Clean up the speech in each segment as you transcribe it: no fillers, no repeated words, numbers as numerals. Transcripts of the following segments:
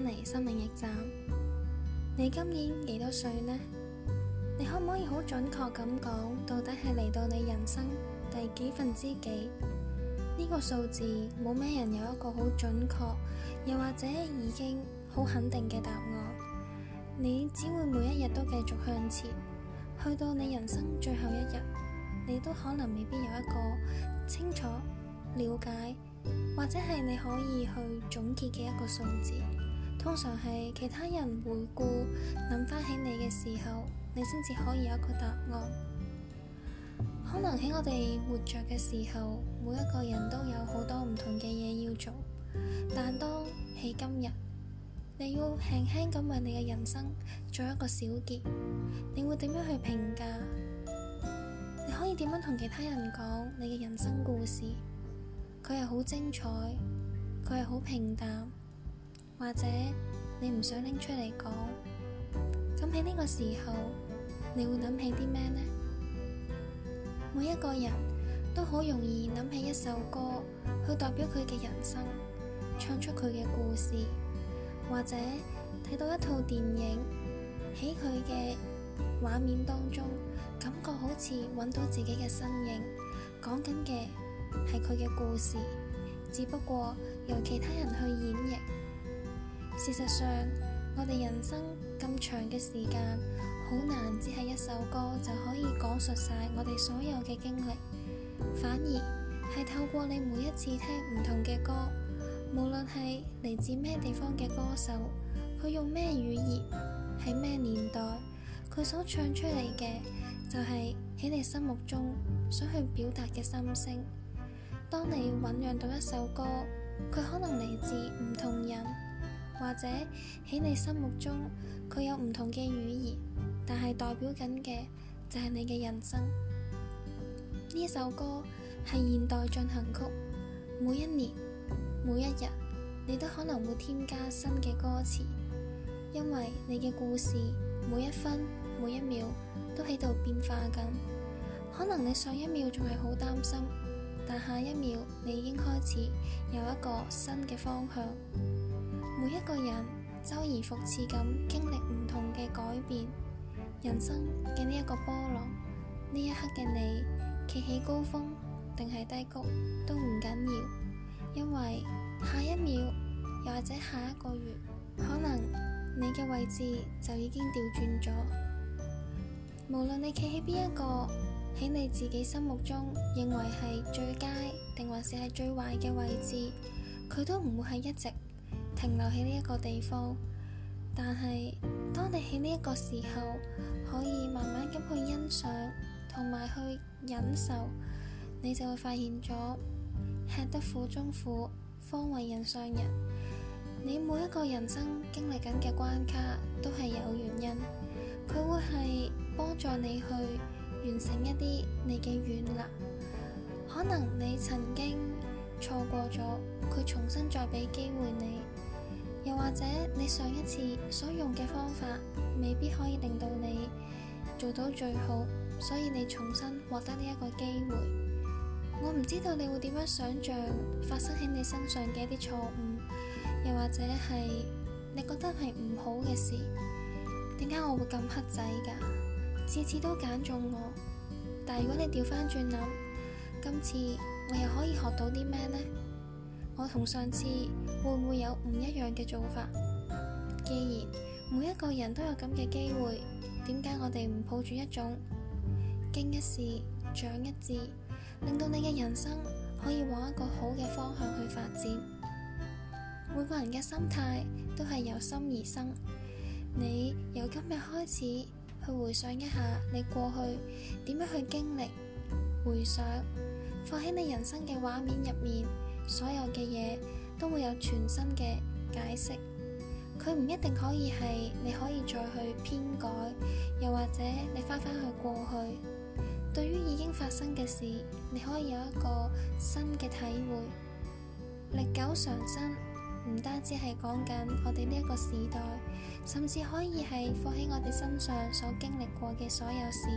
嚟生命驛站。你今年幾多歲呢？你可唔可以好準確咁講，到底係嚟到你人生第幾分之幾？呢個數字冇咩人有一個好準確，又或者已經好肯定嘅答案。你只會每一日都繼續向前，去到你人生最後一日，你都可能未必有一個清楚了解，或者係你可以去總結嘅一個數字。通常係其他人回顧諗翻起你嘅時候，你先至可以有一個答案。可能喺我哋活着嘅時候，每一個人都有好多唔同嘅嘢要做，但當喺今日，你要輕輕咁為你嘅人生做一個小結，你會點樣去評價？你可以點樣同其他人講你嘅人生故事？佢係好精彩，佢係好平淡，或者你唔想拎出嚟講？咁喺呢個時候，你會諗起啲咩呢？每一個人都好容易諗起一首歌，去代表佢嘅人生，唱出佢嘅故事，或者睇到一套電影，喺佢嘅畫面當中，感覺好似揾到自己嘅身影，講緊嘅係佢嘅故事，只不過由其他人去演繹。事實上，我哋人生咁長嘅時間，好難只係一首歌就可以講述晒我哋所有嘅經歷，反而係透過你每一次聽唔同嘅歌，無論係嚟自咩地方嘅歌手，佢用咩語言，喺咩年代，佢所唱出嚟嘅就係喺你心目中想去表達嘅心聲。當你醞釀到一首歌，佢可能嚟自唔同人，或者喺你心目中佢有唔同嘅語言，但係代表緊嘅就係你嘅人生。呢首歌係現代進行曲，每一年每一日你都可能會添加新嘅歌詞，因為你嘅故事每一分每一秒都喺度變化緊。可能你上一秒仲係好擔心，但下一秒你已經開始有一個新嘅方向。每一個人周而復始咁經歷唔同嘅改變，人生嘅呢一個波浪，呢一刻嘅你企喺高峰定係低谷都唔緊要，因為下一秒又或者下一個月，可能你嘅位置就已經調轉咗。無論你企喺邊一個喺你自己心目中認為係最佳定還是係最壞嘅位置，佢都唔會係一直停留喺呢一個地方。但係當你喺呢一個時候可以慢慢咁去欣賞同埋去忍受，你就會發現咗吃得苦中苦，方為人上人。你每一個人生經歷緊嘅關卡都係有原因，佢會係幫助你去完成一啲你嘅軟肋。可能你曾經錯過咗，佢重新再俾機會你，又或者你上一次所用嘅方法未必可以令到你做到最好，所以你重新獲得呢一個機會。我唔知道你會點樣想像發生喺你身上嘅一啲錯誤，又或者係你覺得係唔好嘅事。點解我會咁黑仔㗎？次次都揀中我。但如果你調翻轉諗，今次我又可以學到啲咩呢？我同上次會唔會有唔一樣嘅做法？既然每一個人都有咁嘅機會，點解我哋唔抱住一種經一事長一智，令到你嘅人生可以往一個好嘅方向去發展？每個人嘅心態都係由心而生。你由今日開始去回想一下你過去點樣去經歷，回想放喺你人生嘅畫面入面，所有嘅嘢都會有全新嘅解釋。佢唔一定可以係你可以再去編改，又或者你翻返去過去。對於已經發生嘅事，你可以有一個新嘅體會。歷久常新，唔單止係講緊我哋呢一個時代，甚至可以係放喺我哋身上所經歷過嘅所有事。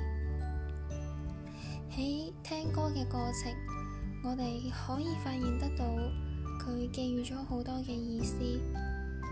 喺聽歌嘅過程，我哋可以發現得到佢寄予咗好多嘅意思。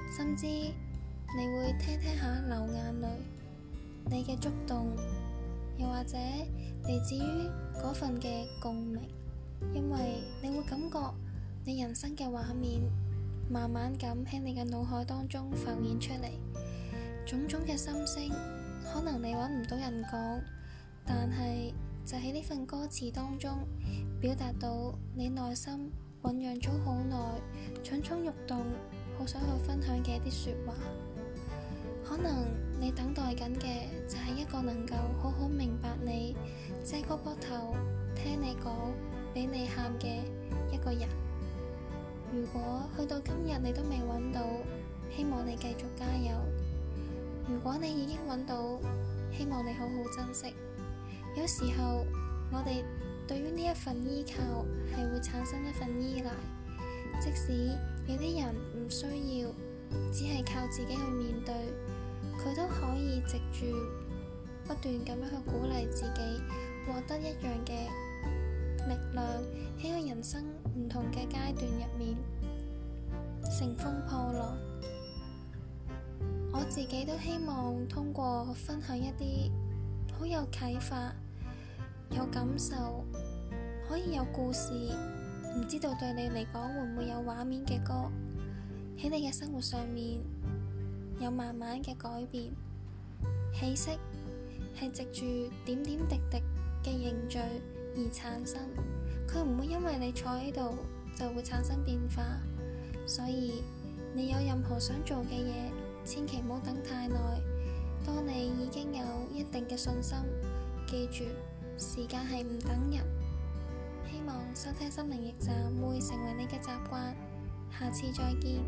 甚至你會聽聽下流眼淚，你嘅觸動，又或者嚟自於嗰份嘅共鳴，因為你會感覺你人生嘅畫面慢慢咁喺你嘅腦海當中浮現出嚟，種種嘅心聲，可能你揾唔到人講，但係就喺呢份歌詞當中表達到你內心醖釀咗好耐，蠢蠢欲動，好想去分享嘅一啲說話。可能你等待緊嘅就係一個能夠好好明白你，借個膊頭聽你講，俾你喊嘅一個人。如果去到今日你都未揾到，希望你繼續加油。如果你已經揾到，希望你好好珍惜。有時候我哋對於呢一份依靠係會產生一份依賴，即使有啲人唔需要，只係靠自己去面對，佢都可以藉住不斷咁樣去鼓勵自己，獲得一樣嘅力量，喺個人生唔同嘅階段入面乘風破浪。我自己都希望通過分享一啲好有啟發、有感受、可以有故事，唔知道對你嚟講會唔會有畫面嘅歌，喺你嘅生活上面有慢慢嘅改變。氣息係藉住點點滴滴嘅凝聚而產生，佢唔會因為你坐喺度就會產生變化。所以你有任何想做嘅嘢，千祈唔好等太耐。當你已經有一定嘅信心，記住時間係唔等人。希望收聽心靈驛站會成為你嘅習慣，下次再見。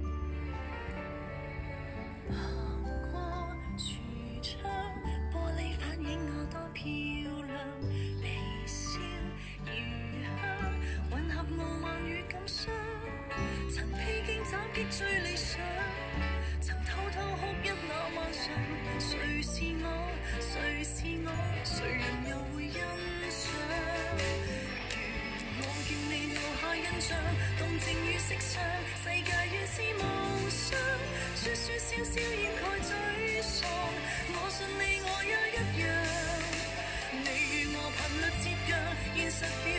行過櫥窗，玻璃反映我多漂亮，微笑餘香，混合傲慢與感傷。曾披荊斬棘最理想，曾偷偷哭泣那晚上，誰是我？誰是我？誰人又會欣賞？如望見你留下印象，動靜與色相，世界原是無雙，說說笑笑掩蓋沮喪。我信你，我也一樣。你與我頻率接壤，現實